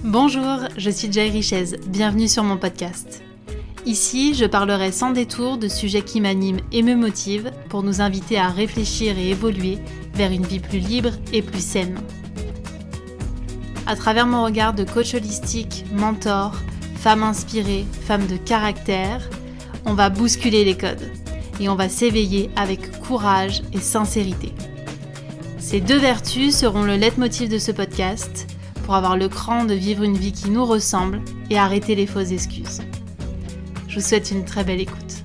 Bonjour, je suis Jay Richez, bienvenue sur mon podcast. Ici, je parlerai sans détour de sujets qui m'animent et me motivent pour nous inviter à réfléchir et évoluer vers une vie plus libre et plus saine. À travers mon regard de coach holistique, mentor, femme inspirée, femme de caractère, on va bousculer les codes et on va s'éveiller avec courage et sincérité. Ces deux vertus seront le leitmotiv de ce podcast pour avoir le cran de vivre une vie qui nous ressemble et arrêter les fausses excuses. Je vous souhaite une très belle écoute.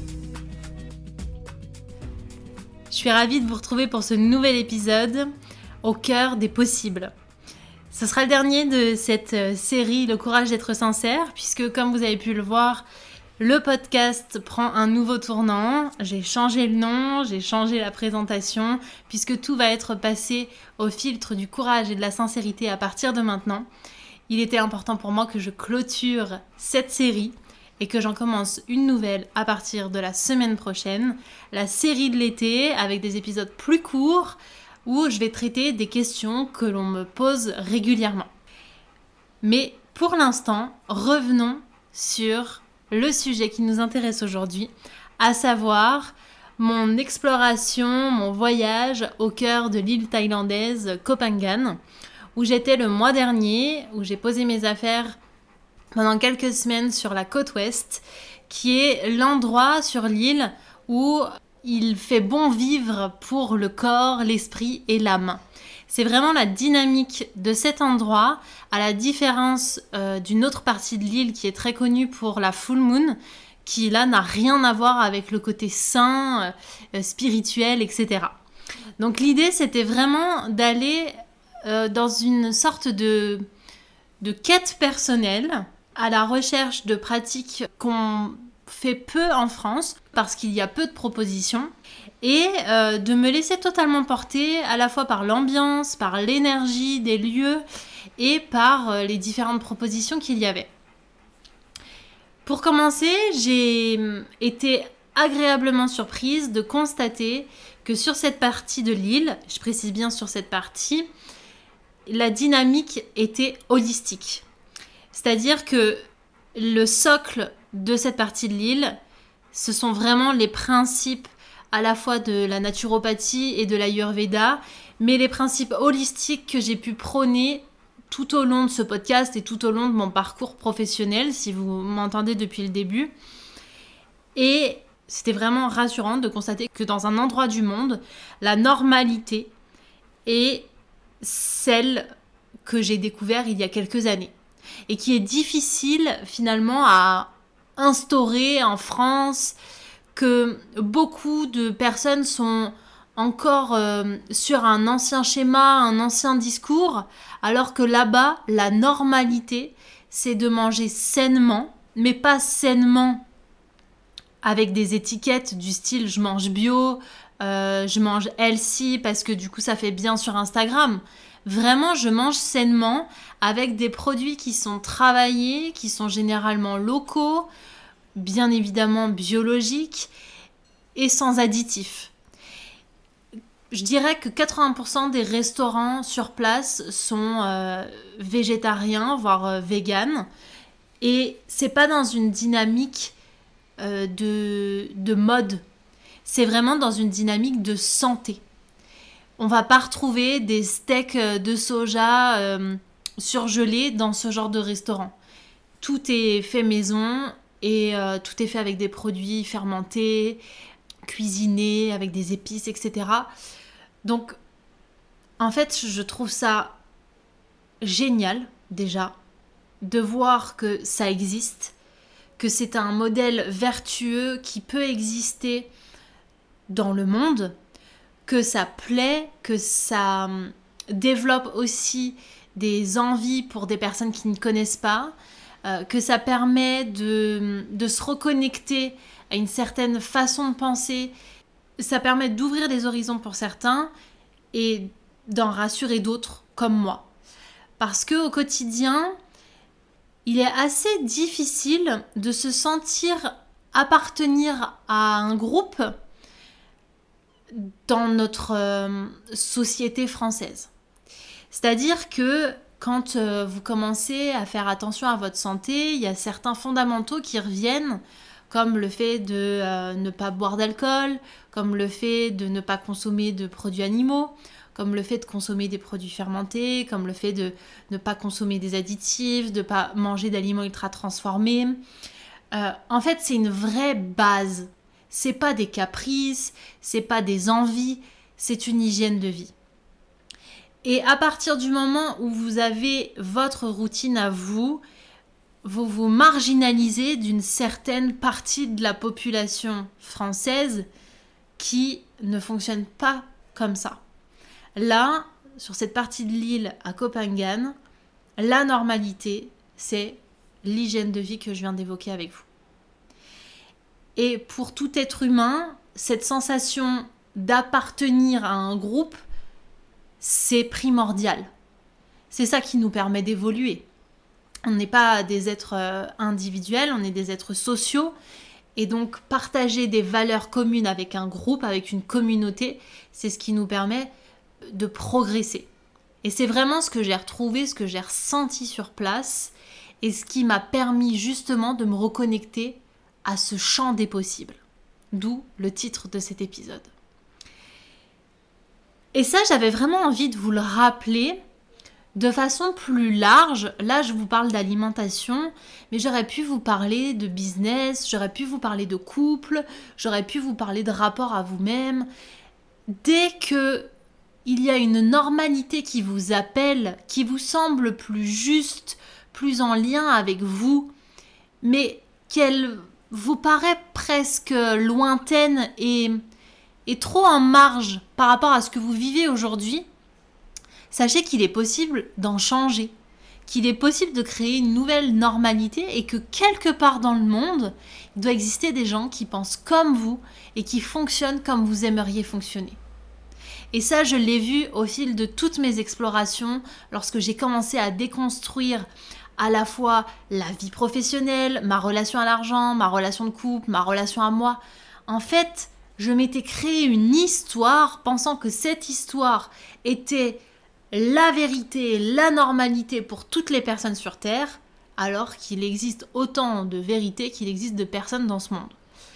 Je suis ravie de vous retrouver pour ce nouvel épisode au cœur des possibles. Ce sera le dernier de cette série Le courage d'être sincère, puisque comme vous avez pu le voir, le podcast prend un nouveau tournant. J'ai changé le nom, j'ai changé la présentation, puisque tout va être passé au filtre du courage et de la sincérité à partir de maintenant. Il était important pour moi que je clôture cette série et que j'en commence une nouvelle à partir de la semaine prochaine, la série de l'été avec des épisodes plus courts où je vais traiter des questions que l'on me pose régulièrement. Mais pour l'instant, revenons sur le sujet qui nous intéresse aujourd'hui, à savoir mon exploration, mon voyage au cœur de l'île thaïlandaise Koh Phangan, où j'étais le mois dernier, où j'ai posé mes affaires pendant quelques semaines sur la côte ouest, qui est l'endroit sur l'île où il fait bon vivre pour le corps, l'esprit et l'âme. C'est vraiment la dynamique de cet endroit, à la différence d'une autre partie de l'île qui est très connue pour la full moon, qui là n'a rien à voir avec le côté sain, spirituel, etc. Donc l'idée c'était vraiment d'aller dans une sorte de quête personnelle, à la recherche de pratiques qu'on fait peu en France, parce qu'il y a peu de propositions, et de me laisser totalement porter à la fois par l'ambiance, par l'énergie des lieux et par les différentes propositions qu'il y avait. Pour commencer, j'ai été agréablement surprise de constater que sur cette partie de l'île, je précise bien sur cette partie, la dynamique était holistique. C'est-à-dire que le socle de cette partie de l'île, ce sont vraiment les principes à la fois de la naturopathie et de l'Ayurveda, mais les principes holistiques que j'ai pu prôner tout au long de ce podcast et tout au long de mon parcours professionnel, si vous m'entendez depuis le début. Et c'était vraiment rassurant de constater que dans un endroit du monde, la normalité est celle que j'ai découvert il y a quelques années et qui est difficile finalement à instaurer en France, que beaucoup de personnes sont encore sur un ancien schéma, un ancien discours, alors que là-bas, la normalité, c'est de manger sainement, mais pas sainement avec des étiquettes du style « je mange bio », je mange healthy parce que du coup ça fait bien sur Instagram. Vraiment, je mange sainement avec des produits qui sont travaillés, qui sont généralement locaux, bien évidemment biologiques et sans additifs. Je dirais que 80% des restaurants sur place sont végétariens, voire véganes. Et c'est pas dans une dynamique de mode. C'est vraiment dans une dynamique de santé. On va pas retrouver des steaks de soja surgelés dans ce genre de restaurant. Tout est fait maison et tout est fait avec des produits fermentés, cuisinés, avec des épices, etc. Donc, en fait, je trouve ça génial, déjà, de voir que ça existe, que c'est un modèle vertueux qui peut exister dans le monde, que ça plaît, que ça développe aussi des envies pour des personnes qui ne connaissent pas, que ça permet de se reconnecter à une certaine façon de penser, ça permet d'ouvrir des horizons pour certains et d'en rassurer d'autres comme moi. Parce qu'au quotidien, il est assez difficile de se sentir appartenir à un groupe dans notre société française. C'est-à-dire que Quand vous commencez à faire attention à votre santé, il y a certains fondamentaux qui reviennent, comme le fait de ne pas boire d'alcool, comme le fait de ne pas consommer de produits animaux, comme le fait de consommer des produits fermentés, comme le fait de ne pas consommer des additifs, de ne pas manger d'aliments ultra transformés. En fait, c'est une vraie base. C'est pas des caprices, c'est pas des envies, c'est une hygiène de vie. Et à partir du moment où vous avez votre routine à vous, vous vous marginalisez d'une certaine partie de la population française qui ne fonctionne pas comme ça. Là, sur cette partie de l'île à Copenhague, la normalité, c'est l'hygiène de vie que je viens d'évoquer avec vous. Et pour tout être humain, cette sensation d'appartenir à un groupe, c'est primordial. C'est ça qui nous permet d'évoluer. On n'est pas des êtres individuels, on est des êtres sociaux. Et donc, partager des valeurs communes avec un groupe, avec une communauté, c'est ce qui nous permet de progresser. Et c'est vraiment ce que j'ai retrouvé, ce que j'ai ressenti sur place et ce qui m'a permis justement de me reconnecter à ce champ des possibles. D'où le titre de cet épisode. Et ça, j'avais vraiment envie de vous le rappeler de façon plus large. Là, je vous parle d'alimentation, mais j'aurais pu vous parler de business, j'aurais pu vous parler de couple, j'aurais pu vous parler de rapport à vous-même. Dès que il y a une normalité qui vous appelle, qui vous semble plus juste, plus en lien avec vous, mais qu'elle vous paraît presque lointaine et trop en marge par rapport à ce que vous vivez aujourd'hui, sachez qu'il est possible d'en changer, qu'il est possible de créer une nouvelle normalité et que quelque part dans le monde, il doit exister des gens qui pensent comme vous et qui fonctionnent comme vous aimeriez fonctionner. Et ça, je l'ai vu au fil de toutes mes explorations, lorsque j'ai commencé à déconstruire à la fois la vie professionnelle, ma relation à l'argent, ma relation de couple, ma relation à moi. En fait, je m'étais créé une histoire pensant que cette histoire était la vérité, la normalité pour toutes les personnes sur Terre, alors qu'il existe autant de vérités qu'il existe de personnes dans ce monde.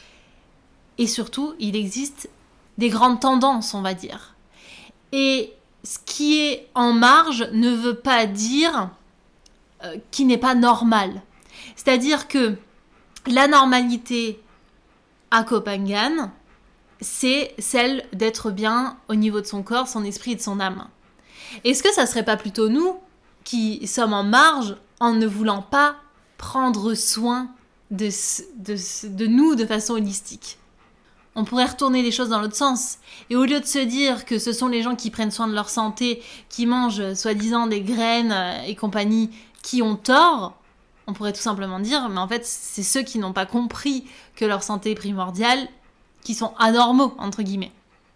Et surtout, il existe des grandes tendances, on va dire. Et ce qui est en marge ne veut pas dire qu'il n'est pas normal. C'est-à-dire que la normalité à Copenhague, c'est celle d'être bien au niveau de son corps, son esprit et de son âme. Est-ce que ça serait pas plutôt nous qui sommes en marge en ne voulant pas prendre soin de nous de façon holistique ? On pourrait retourner les choses dans l'autre sens. Et au lieu de se dire que ce sont les gens qui prennent soin de leur santé, qui mangent soi-disant des graines et compagnie, qui ont tort, on pourrait tout simplement dire, mais en fait, c'est ceux qui n'ont pas compris que leur santé est primordiale, qui sont anormaux, entre guillemets.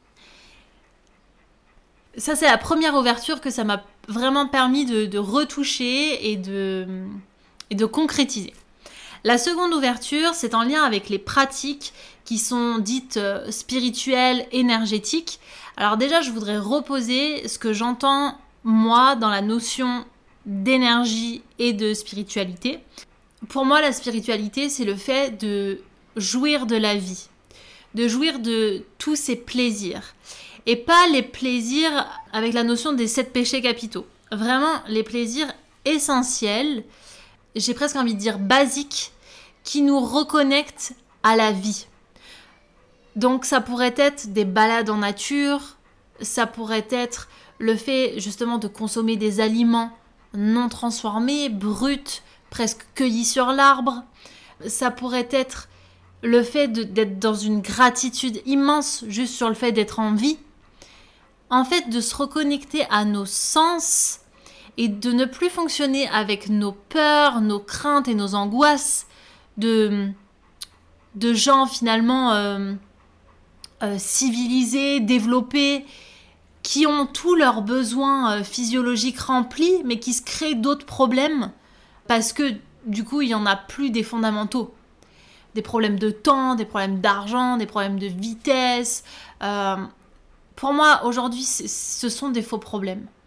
Ça, c'est la première ouverture que ça m'a vraiment permis de retoucher et de concrétiser. La seconde ouverture, c'est en lien avec les pratiques qui sont dites spirituelles, énergétiques. Alors déjà, je voudrais reposer ce que j'entends, moi, dans la notion d'énergie et de spiritualité. Pour moi, la spiritualité, c'est le fait de jouir de la vie, de jouir de tous ces plaisirs. Et pas les plaisirs avec la notion des 7 péchés capitaux. Vraiment, les plaisirs essentiels, j'ai presque envie de dire basiques, qui nous reconnectent à la vie. Donc ça pourrait être des balades en nature, ça pourrait être le fait justement de consommer des aliments non transformés, bruts, presque cueillis sur l'arbre. Ça pourrait être le fait d'être dans une gratitude immense juste sur le fait d'être en vie. En fait, de se reconnecter à nos sens et de ne plus fonctionner avec nos peurs, nos craintes et nos angoisses de gens finalement civilisés, développés, qui ont tous leurs besoins physiologiques remplis, mais qui se créent d'autres problèmes parce que du coup, il n'y en a plus des fondamentaux. Des problèmes de temps, des problèmes d'argent, des problèmes de vitesse. Pour moi, aujourd'hui, ce sont des faux problèmes.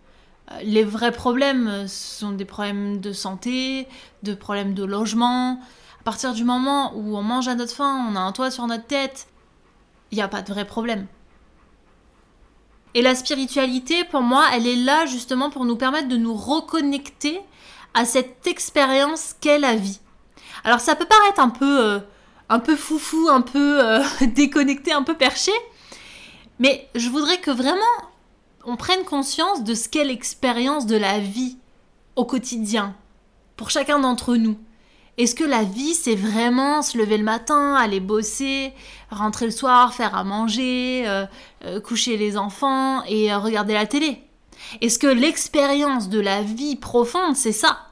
Les vrais problèmes sont des problèmes de santé, de problèmes de logement. À partir du moment où on mange à notre faim, on a un toit sur notre tête, il n'y a pas de vrai problème. Et la spiritualité, pour moi, elle est là justement pour nous permettre de nous reconnecter à cette expérience qu'est la vie. Alors ça peut paraître un peu foufou, un peu déconnecté, un peu perché, mais je voudrais que vraiment on prenne conscience de ce qu'est l'expérience de la vie au quotidien, pour chacun d'entre nous. Est-ce que la vie, c'est vraiment se lever le matin, aller bosser, rentrer le soir, faire à manger, coucher les enfants et regarder la télé? Est-ce que l'expérience de la vie profonde, c'est ça?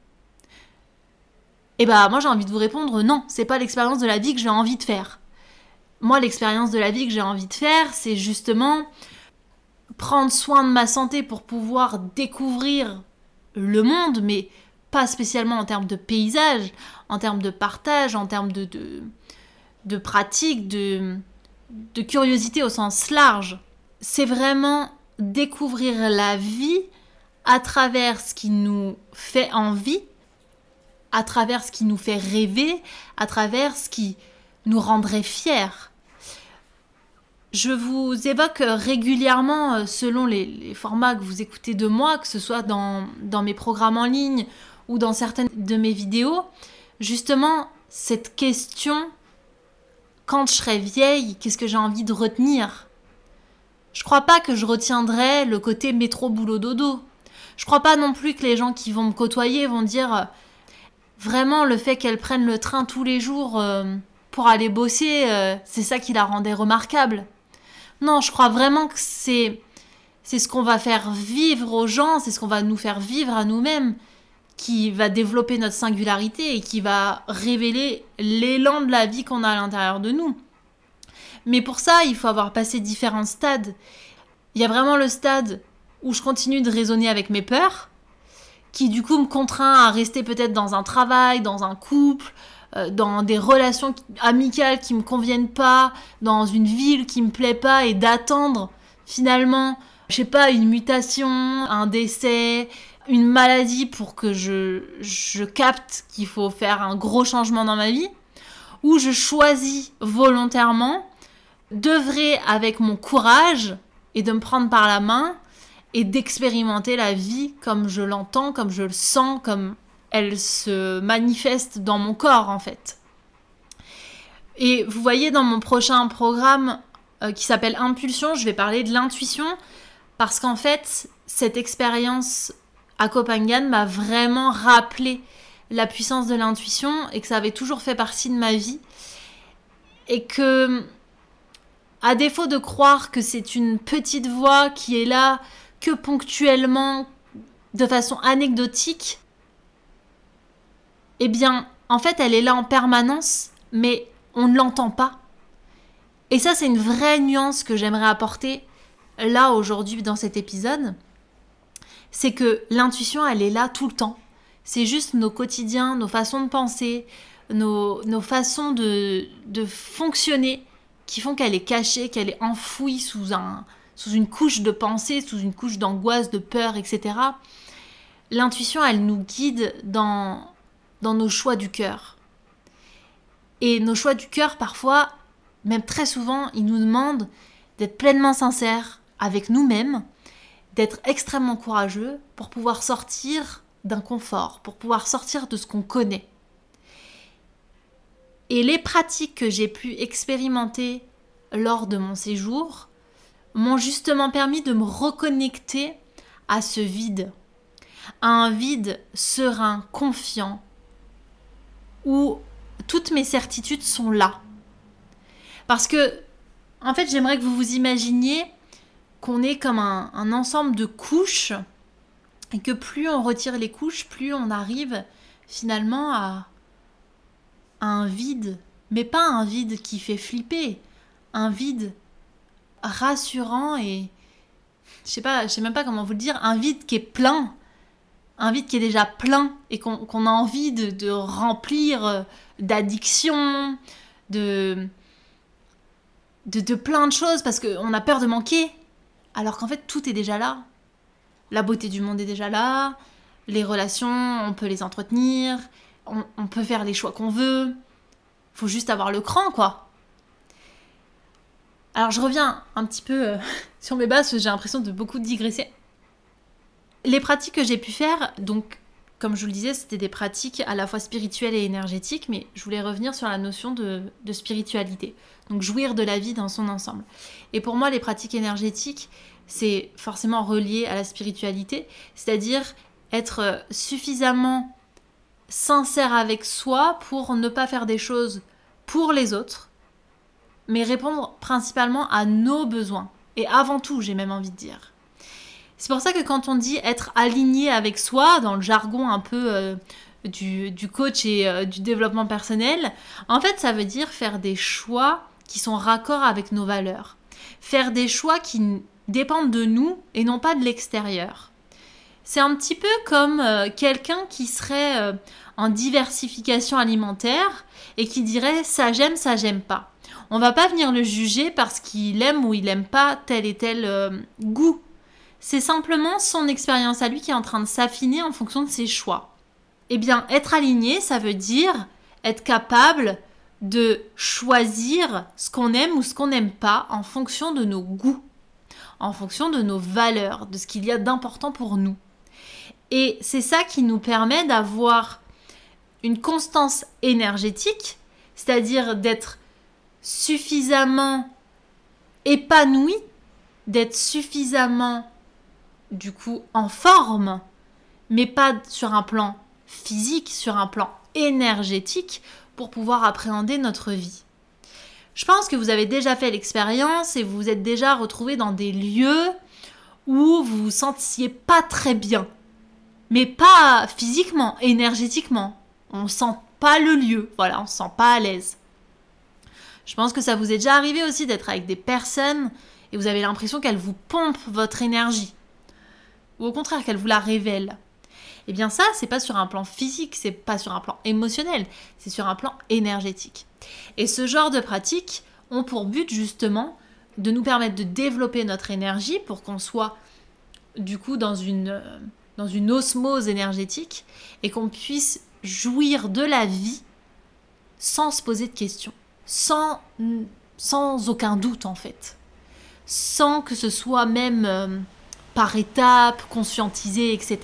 Eh ben, moi j'ai envie de vous répondre non, c'est pas l'expérience de la vie que j'ai envie de faire. Moi, l'expérience de la vie que j'ai envie de faire, c'est justement prendre soin de ma santé pour pouvoir découvrir le monde, mais pas spécialement en termes de paysage, en termes de partage, en termes de pratique, de curiosité au sens large. C'est vraiment découvrir la vie à travers ce qui nous fait envie, à travers ce qui nous fait rêver, à travers ce qui nous rendrait fiers. Je vous évoque régulièrement, selon les formats que vous écoutez de moi, que ce soit dans mes programmes en ligne ou dans certaines de mes vidéos, justement cette question, quand je serai vieille, qu'est-ce que j'ai envie de retenir? Je crois pas que je retiendrai le côté métro boulot dodo. Je crois pas non plus que les gens qui vont me côtoyer vont dire vraiment le fait qu'elle prenne le train tous les jours pour aller bosser, c'est ça qui la rendait remarquable. Non, je crois vraiment que c'est ce qu'on va faire vivre aux gens, c'est ce qu'on va nous faire vivre à nous-mêmes, qui va développer notre singularité et qui va révéler l'élan de la vie qu'on a à l'intérieur de nous. Mais pour ça, il faut avoir passé différents stades. Il y a vraiment le stade où je continue de raisonner avec mes peurs, qui du coup me contraint à rester peut-être dans un travail, dans un couple, dans des relations amicales qui me conviennent pas, dans une ville qui me plaît pas, et d'attendre finalement, je sais pas, une mutation, un décès, une maladie pour que je capte qu'il faut faire un gros changement dans ma vie, ou je choisis volontairement d'œuvrer avec mon courage et de me prendre par la main et d'expérimenter la vie comme je l'entends, comme je le sens, comme elle se manifeste dans mon corps en fait. Et vous voyez dans mon prochain programme qui s'appelle Impulsion, je vais parler de l'intuition parce qu'en fait, cette expérience à Copenhague m'a vraiment rappelé la puissance de l'intuition et que ça avait toujours fait partie de ma vie. Et que, à défaut de croire que c'est une petite voix qui est là que ponctuellement, de façon anecdotique, eh bien, en fait, elle est là en permanence, mais on ne l'entend pas. Et ça, c'est une vraie nuance que j'aimerais apporter là, aujourd'hui, dans cet épisode. C'est que l'intuition, elle est là tout le temps. C'est juste nos quotidiens, nos façons de penser, nos façons de fonctionner qui font qu'elle est cachée, qu'elle est enfouie sous une couche de pensée, sous une couche d'angoisse, de peur, etc. L'intuition, elle nous guide dans nos choix du cœur. Et nos choix du cœur, parfois, même très souvent, ils nous demandent d'être pleinement sincères avec nous-mêmes, d'être extrêmement courageux pour pouvoir sortir d'un confort, pour pouvoir sortir de ce qu'on connaît. Et les pratiques que j'ai pu expérimenter lors de mon séjour m'ont justement permis de me reconnecter à ce vide, à un vide serein, confiant, où toutes mes certitudes sont là. Parce que, en fait, j'aimerais que vous vous imaginiez qu'on est comme un ensemble de couches et que plus on retire les couches, plus on arrive finalement à un vide, mais pas un vide qui fait flipper, un vide rassurant et je sais même pas comment vous le dire, un vide qui est plein, un vide qui est déjà plein et qu'on a envie de remplir d'addiction, de plein de choses parce qu'on a peur de manquer, alors qu'en fait tout est déjà là. La beauté du monde est déjà là, les relations, on peut les entretenir, on peut faire les choix qu'on veut. Faut juste avoir le cran, quoi. Alors je reviens un petit peu sur mes bases, parce que j'ai l'impression de beaucoup digresser. Les pratiques que j'ai pu faire, donc comme je vous le disais, c'était des pratiques à la fois spirituelles et énergétiques, mais je voulais revenir sur la notion de spiritualité. Donc jouir de la vie dans son ensemble. Et pour moi, les pratiques énergétiques, c'est forcément relié à la spiritualité, c'est-à-dire être suffisamment sincère avec soi pour ne pas faire des choses pour les autres, mais répondre principalement à nos besoins. Et avant tout, j'ai même envie de dire. C'est pour ça que quand on dit être aligné avec soi, dans le jargon un peu du coach et du développement personnel, en fait, ça veut dire faire des choix qui sont raccords avec nos valeurs. Faire des choix qui dépendent de nous et non pas de l'extérieur. C'est un petit peu comme quelqu'un qui serait en diversification alimentaire et qui dirait ça j'aime pas. On va pas venir le juger parce qu'il aime ou il aime pas tel et tel goût. C'est simplement son expérience à lui qui est en train de s'affiner en fonction de ses choix. Eh bien, être aligné, ça veut dire être capable de choisir ce qu'on aime ou ce qu'on n'aime pas en fonction de nos goûts, en fonction de nos valeurs, de ce qu'il y a d'important pour nous. Et c'est ça qui nous permet d'avoir une constance énergétique, c'est-à-dire d'être suffisamment épanoui, d'être suffisamment, du coup, en forme, mais pas sur un plan physique, sur un plan énergétique, pour pouvoir appréhender notre vie. Je pense que vous avez déjà fait l'expérience et vous vous êtes déjà retrouvé dans des lieux où vous vous sentiez pas très bien. Mais pas physiquement, énergétiquement. On sent pas le lieu, voilà, on se sent pas à l'aise. Je pense que ça vous est déjà arrivé aussi d'être avec des personnes et vous avez l'impression qu'elles vous pompent votre énergie. Ou au contraire, qu'elles vous la révèlent. Eh bien ça, c'est pas sur un plan physique, c'est pas sur un plan émotionnel, c'est sur un plan énergétique. Et ce genre de pratiques ont pour but justement de nous permettre de développer notre énergie pour qu'on soit du coup dans une osmose énergétique et qu'on puisse jouir de la vie sans se poser de questions, sans aucun doute en fait, sans que ce soit même par étapes, conscientisé, etc.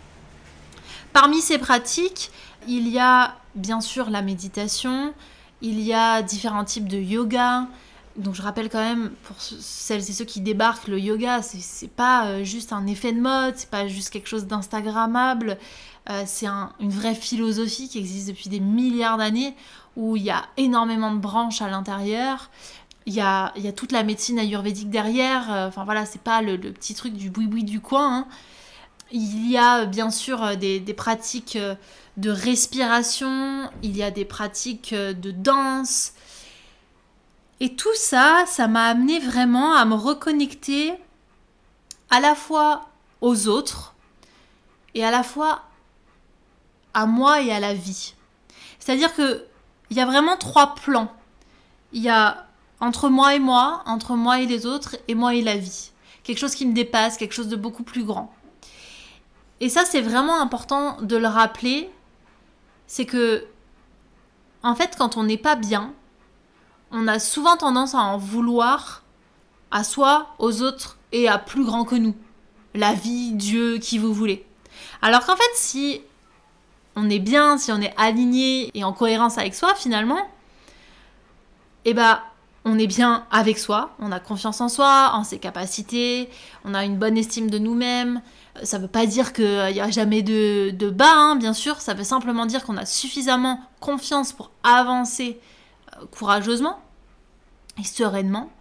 Parmi ces pratiques, il y a bien sûr la méditation, il y a différents types de yoga. Donc je rappelle quand même, pour celles et ceux qui débarquent, le yoga, c'est pas juste un effet de mode, c'est pas juste quelque chose d'instagrammable, c'est une vraie philosophie qui existe depuis des milliards d'années, où il y a énormément de branches à l'intérieur, il y a toute la médecine ayurvédique derrière, enfin voilà, c'est pas le petit truc du boui-boui du coin, hein. Il y a bien sûr des pratiques de respiration, il y a des pratiques de danse. Et tout ça, ça m'a amené vraiment à me reconnecter à la fois aux autres et à la fois à moi et à la vie. C'est-à-dire qu'il y a vraiment 3 plans. Il y a entre moi et les autres, et moi et la vie. Quelque chose qui me dépasse, quelque chose de beaucoup plus grand. Et ça, c'est vraiment important de le rappeler. C'est que, en fait, quand on n'est pas bien, on a souvent tendance à en vouloir à soi, aux autres et à plus grand que nous. La vie, Dieu, qui vous voulez. Alors qu'en fait, si on est bien, si on est aligné et en cohérence avec soi, finalement, eh ben, on est bien avec soi, on a confiance en soi, en ses capacités, on a une bonne estime de nous-mêmes. Ça ne veut pas dire qu'il n'y a jamais de bas, hein, bien sûr. Ça veut simplement dire qu'on a suffisamment confiance pour avancer courageusement et sereinement.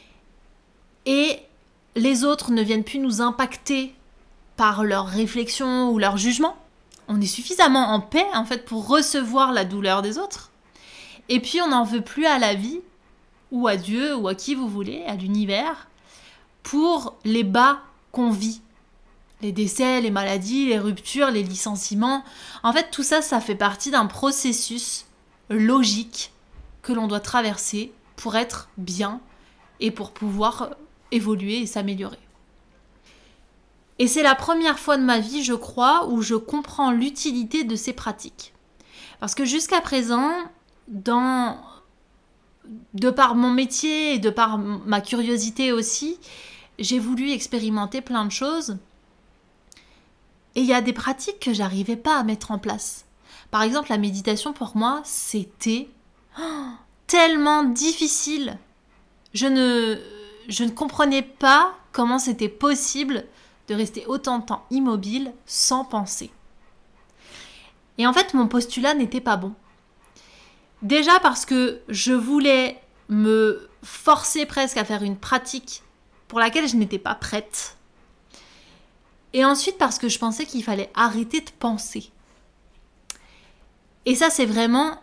Et les autres ne viennent plus nous impacter par leurs réflexions ou leurs jugements. On est suffisamment en paix, en fait, pour recevoir la douleur des autres. Et puis, on n'en veut plus à la vie, ou à Dieu, ou à qui vous voulez, à l'univers, pour les bas qu'on vit. Les décès, les maladies, les ruptures, les licenciements. En fait, tout ça, ça fait partie d'un processus logique que l'on doit traverser pour être bien et pour pouvoir évoluer et s'améliorer. Et c'est la première fois de ma vie, je crois, où je comprends l'utilité de ces pratiques. Parce que jusqu'à présent, de par mon métier et de par ma curiosité aussi, j'ai voulu expérimenter plein de choses. Et il y a des pratiques que j'arrivais pas à mettre en place. Par exemple, la méditation pour moi, c'était tellement difficile. Je ne comprenais pas comment c'était possible de rester autant de temps immobile sans penser. Et en fait, mon postulat n'était pas bon. Déjà parce que je voulais me forcer presque à faire une pratique pour laquelle je n'étais pas prête. Et ensuite parce que je pensais qu'il fallait arrêter de penser. Et ça, c'est vraiment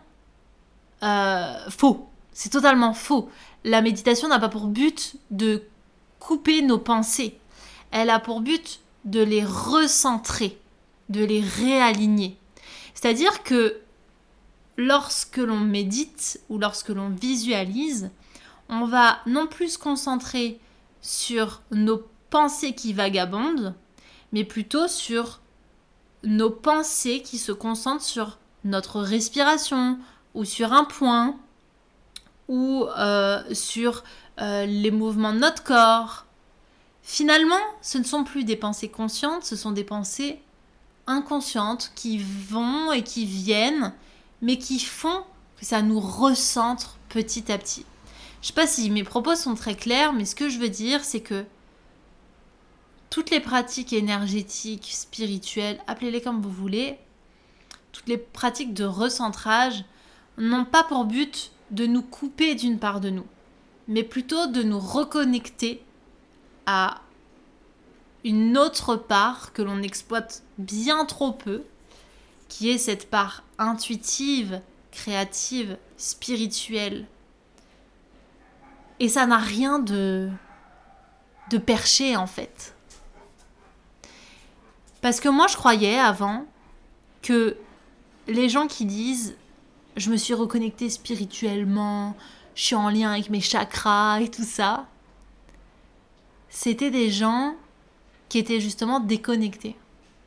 faux. C'est totalement faux. La méditation n'a pas pour but de couper nos pensées. Elle a pour but de les recentrer, de les réaligner. C'est-à-dire que lorsque l'on médite ou lorsque l'on visualise, on va non plus se concentrer sur nos pensées qui vagabondent, mais plutôt sur nos pensées qui se concentrent sur notre respiration ou sur un point ou sur les mouvements de notre corps. Finalement, ce ne sont plus des pensées conscientes, ce sont des pensées inconscientes qui vont et qui viennent, mais qui font que ça nous recentre petit à petit. Je ne sais pas si mes propos sont très clairs, mais ce que je veux dire, c'est que toutes les pratiques énergétiques, spirituelles, appelez-les comme vous voulez, toutes les pratiques de recentrage n'ont pas pour but de nous couper d'une part de nous, mais plutôt de nous reconnecter à une autre part que l'on exploite bien trop peu, qui est cette part intuitive, créative, spirituelle. Et ça n'a rien de perché en fait. Parce que moi je croyais avant que les gens qui disent « je me suis reconnectée spirituellement, je suis en lien avec mes chakras et tout ça », c'était des gens qui étaient justement déconnectés.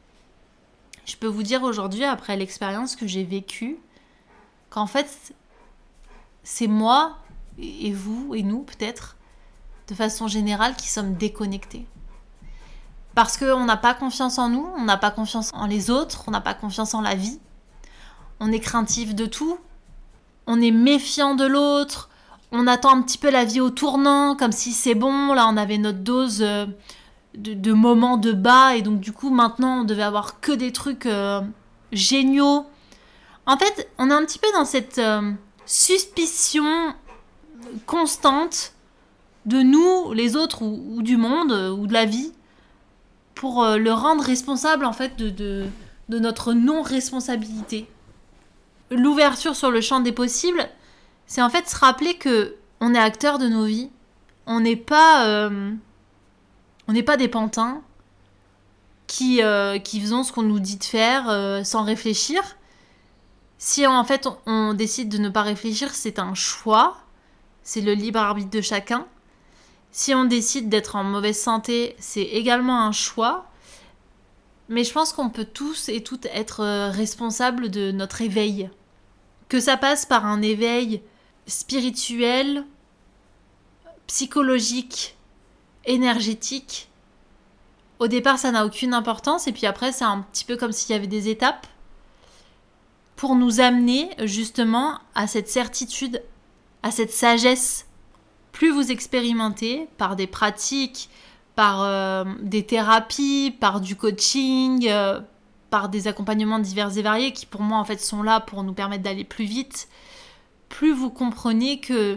Je peux vous dire aujourd'hui, après l'expérience que j'ai vécue, qu'en fait, c'est moi et vous et nous peut-être, de façon générale, qui sommes déconnectés. Parce qu'on n'a pas confiance en nous, on n'a pas confiance en les autres, on n'a pas confiance en la vie. On est craintif de tout, on est méfiant de l'autre, on attend un petit peu la vie au tournant, comme si c'est bon, là on avait notre dose de moments de bas, et donc du coup maintenant on devait avoir que des trucs géniaux. En fait, on est un petit peu dans cette suspicion constante de nous, les autres, ou du monde, ou de la vie, pour le rendre responsable en fait de notre non-responsabilité. L'ouverture sur le champ des possibles, c'est en fait se rappeler que on est acteur de nos vies. On n'est pas des pantins qui faisons ce qu'on nous dit de faire sans réfléchir. Si en fait on décide de ne pas réfléchir, c'est un choix. C'est le libre arbitre de chacun. Si on décide d'être en mauvaise santé, c'est également un choix. Mais je pense qu'on peut tous et toutes être responsables de notre éveil. Que ça passe par un éveil spirituel, psychologique, énergétique. Au départ, ça n'a aucune importance. Et puis après, c'est un petit peu comme s'il y avait des étapes pour nous amener justement à cette certitude, à cette sagesse. Plus vous expérimentez par des pratiques, par des thérapies, par du coaching, par des accompagnements divers et variés qui pour moi en fait sont là pour nous permettre d'aller plus vite, plus vous comprenez que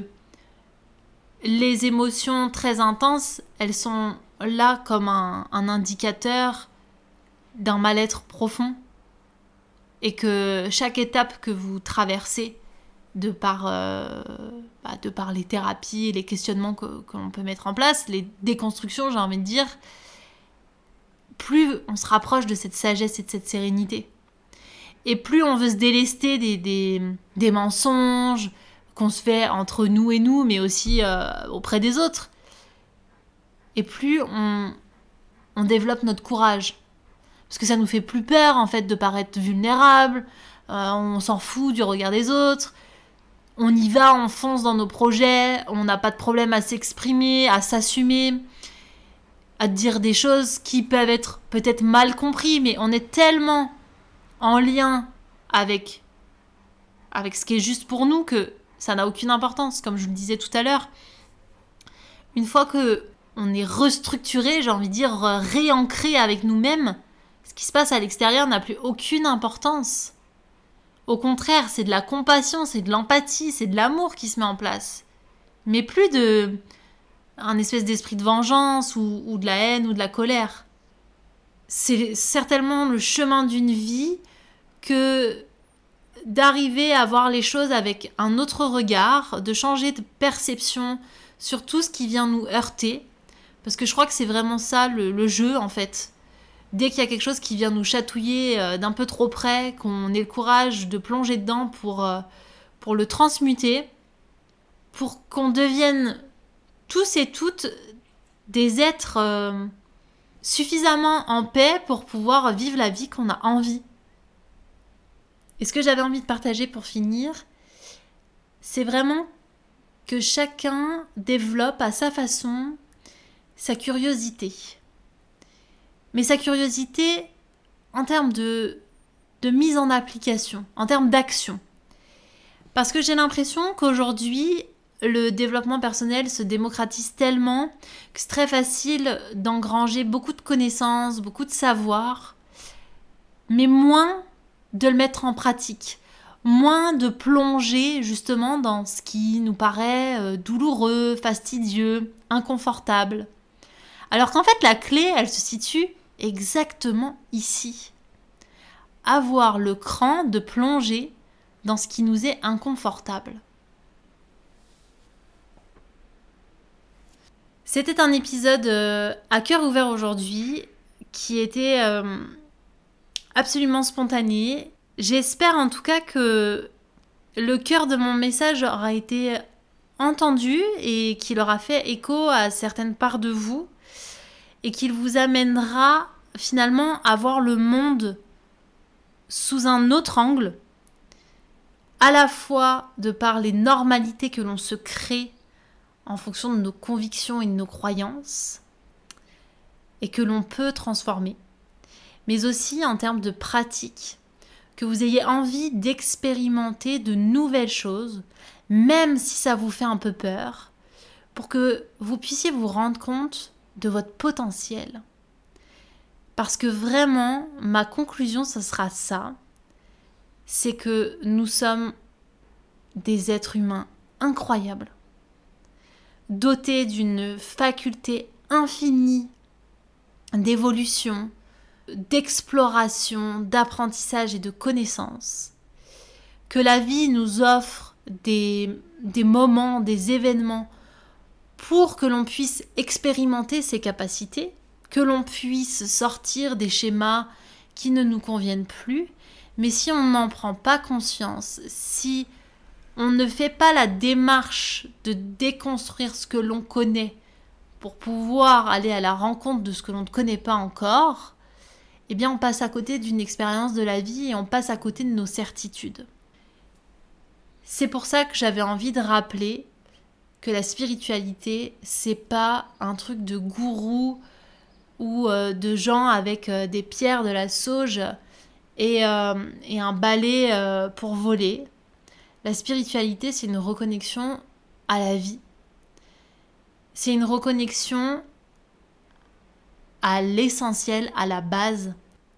les émotions très intenses, elles sont là comme un indicateur d'un mal-être profond et que chaque étape que vous traversez de par les thérapies et les questionnements que l'on peut mettre en place, les déconstructions, j'ai envie de dire, plus on se rapproche de cette sagesse et de cette sérénité. Et plus on veut se délester des mensonges qu'on se fait entre nous et nous, mais aussi auprès des autres. Et plus on on développe notre courage. Parce que ça nous fait plus peur, en fait, de paraître vulnérable. On s'en fout du regard des autres. On y va, on fonce dans nos projets. On n'a pas de problème à s'exprimer, à s'assumer, à dire des choses qui peuvent être peut-être mal comprises. Mais on est tellement en lien avec ce qui est juste pour nous que ça n'a aucune importance. Comme je vous le disais tout à l'heure, une fois qu'on est restructuré, j'ai envie de dire réancré avec nous-mêmes, ce qui se passe à l'extérieur n'a plus aucune importance. Au contraire, c'est de la compassion, c'est de l'empathie, c'est de l'amour qui se met en place. Mais plus un espèce d'esprit de vengeance ou de la haine ou de la colère. C'est certainement le chemin d'une vie que d'arriver à voir les choses avec un autre regard, de changer de perception sur tout ce qui vient nous heurter. Parce que je crois que c'est vraiment ça le jeu en fait. Dès qu'il y a quelque chose qui vient nous chatouiller d'un peu trop près, qu'on ait le courage de plonger dedans pour le transmuter, pour qu'on devienne tous et toutes des êtres suffisamment en paix pour pouvoir vivre la vie qu'on a envie. Et ce que j'avais envie de partager pour finir, c'est vraiment que chacun développe à sa façon sa curiosité. Mais sa curiosité en termes de mise en application, en termes d'action. Parce que j'ai l'impression qu'aujourd'hui, le développement personnel se démocratise tellement que c'est très facile d'engranger beaucoup de connaissances, beaucoup de savoir, mais moins de le mettre en pratique, moins de plonger justement dans ce qui nous paraît douloureux, fastidieux, inconfortable. Alors qu'en fait, la clé, elle se situe exactement ici. Avoir le cran de plonger dans ce qui nous est inconfortable. C'était un épisode à cœur ouvert aujourd'hui qui était absolument spontané. J'espère en tout cas que le cœur de mon message aura été entendu et qu'il aura fait écho à certaines parts de vous et qu'il vous amènera finalement à voir le monde sous un autre angle, à la fois de par les normalités que l'on se crée en fonction de nos convictions et de nos croyances et que l'on peut transformer, mais aussi en termes de pratique, que vous ayez envie d'expérimenter de nouvelles choses, même si ça vous fait un peu peur, pour que vous puissiez vous rendre compte de votre potentiel. Parce que vraiment, ma conclusion, ce sera ça, c'est que nous sommes des êtres humains incroyables, dotés d'une faculté infinie d'évolution, d'exploration, d'apprentissage et de connaissance, que la vie nous offre des moments, des événements pour que l'on puisse expérimenter ces capacités, que l'on puisse sortir des schémas qui ne nous conviennent plus, mais si on n'en prend pas conscience, si on ne fait pas la démarche de déconstruire ce que l'on connaît pour pouvoir aller à la rencontre de ce que l'on ne connaît pas encore, eh bien on passe à côté d'une expérience de la vie et on passe à côté de nos certitudes. C'est pour ça que j'avais envie de rappeler que la spiritualité, c'est pas un truc de gourou ou de gens avec des pierres, de la sauge et un balai pour voler. La spiritualité, c'est une reconnexion à la vie. C'est une reconnexion à l'essentiel, à la base.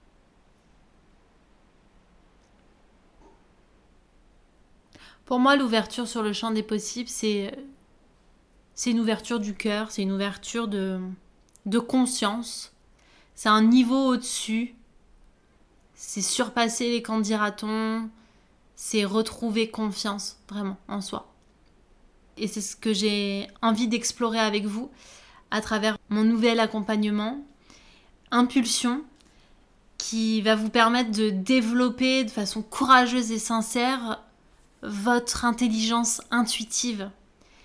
Pour moi, l'ouverture sur le champ des possibles, c'est une ouverture du cœur, c'est une ouverture de conscience. C'est un niveau au-dessus. C'est surpasser les qu'en dira-t-on. C'est retrouver confiance, vraiment, en soi. Et c'est ce que j'ai envie d'explorer avec vous à travers mon nouvel accompagnement, Impulsion, qui va vous permettre de développer de façon courageuse et sincère votre intelligence intuitive.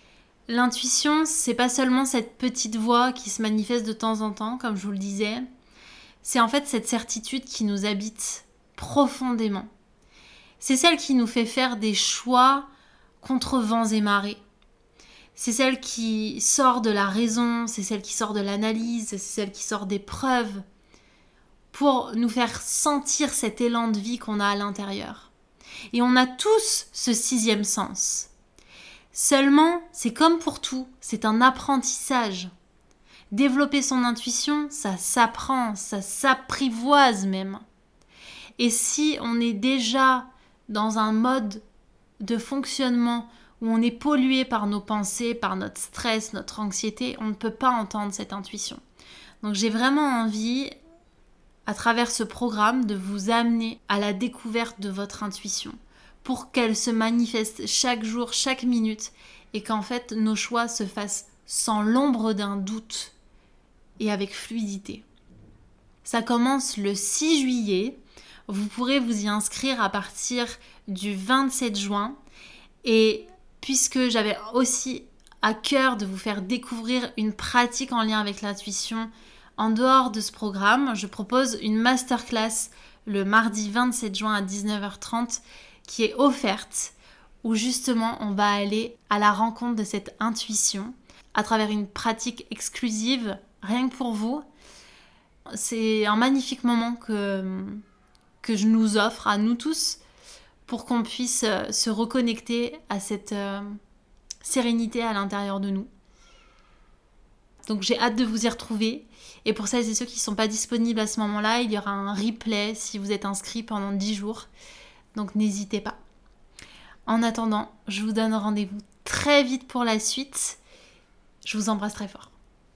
L'intuition, c'est pas seulement cette petite voix qui se manifeste de temps en temps, comme je vous le disais. C'est en fait cette certitude qui nous habite profondément. C'est celle qui nous fait faire des choix contre vents et marées. C'est celle qui sort de la raison, c'est celle qui sort de l'analyse, c'est celle qui sort des preuves pour nous faire sentir cet élan de vie qu'on a à l'intérieur. Et on a tous ce 6e sens. Seulement, c'est comme pour tout, c'est un apprentissage. Développer son intuition, ça s'apprend, ça s'apprivoise même. Et si on est déjà dans un mode de fonctionnement où on est pollué par nos pensées, par notre stress, notre anxiété, on ne peut pas entendre cette intuition. Donc j'ai vraiment envie, à travers ce programme, de vous amener à la découverte de votre intuition pour qu'elle se manifeste chaque jour, chaque minute et qu'en fait nos choix se fassent sans l'ombre d'un doute et avec fluidité. Ça commence le 6 juillet. Vous pourrez vous y inscrire à partir du 27 juin. Et puisque j'avais aussi à cœur de vous faire découvrir une pratique en lien avec l'intuition, en dehors de ce programme, je propose une masterclass le mardi 27 juin à 19h30 qui est offerte, où justement on va aller à la rencontre de cette intuition à travers une pratique exclusive, rien que pour vous. C'est un magnifique moment que je nous offre à nous tous pour qu'on puisse se reconnecter à cette sérénité à l'intérieur de nous. Donc j'ai hâte de vous y retrouver. Et pour celles et ceux qui ne sont pas disponibles à ce moment-là, il y aura un replay si vous êtes inscrit pendant 10 jours. Donc n'hésitez pas. En attendant, je vous donne rendez-vous très vite pour la suite. Je vous embrasse très fort.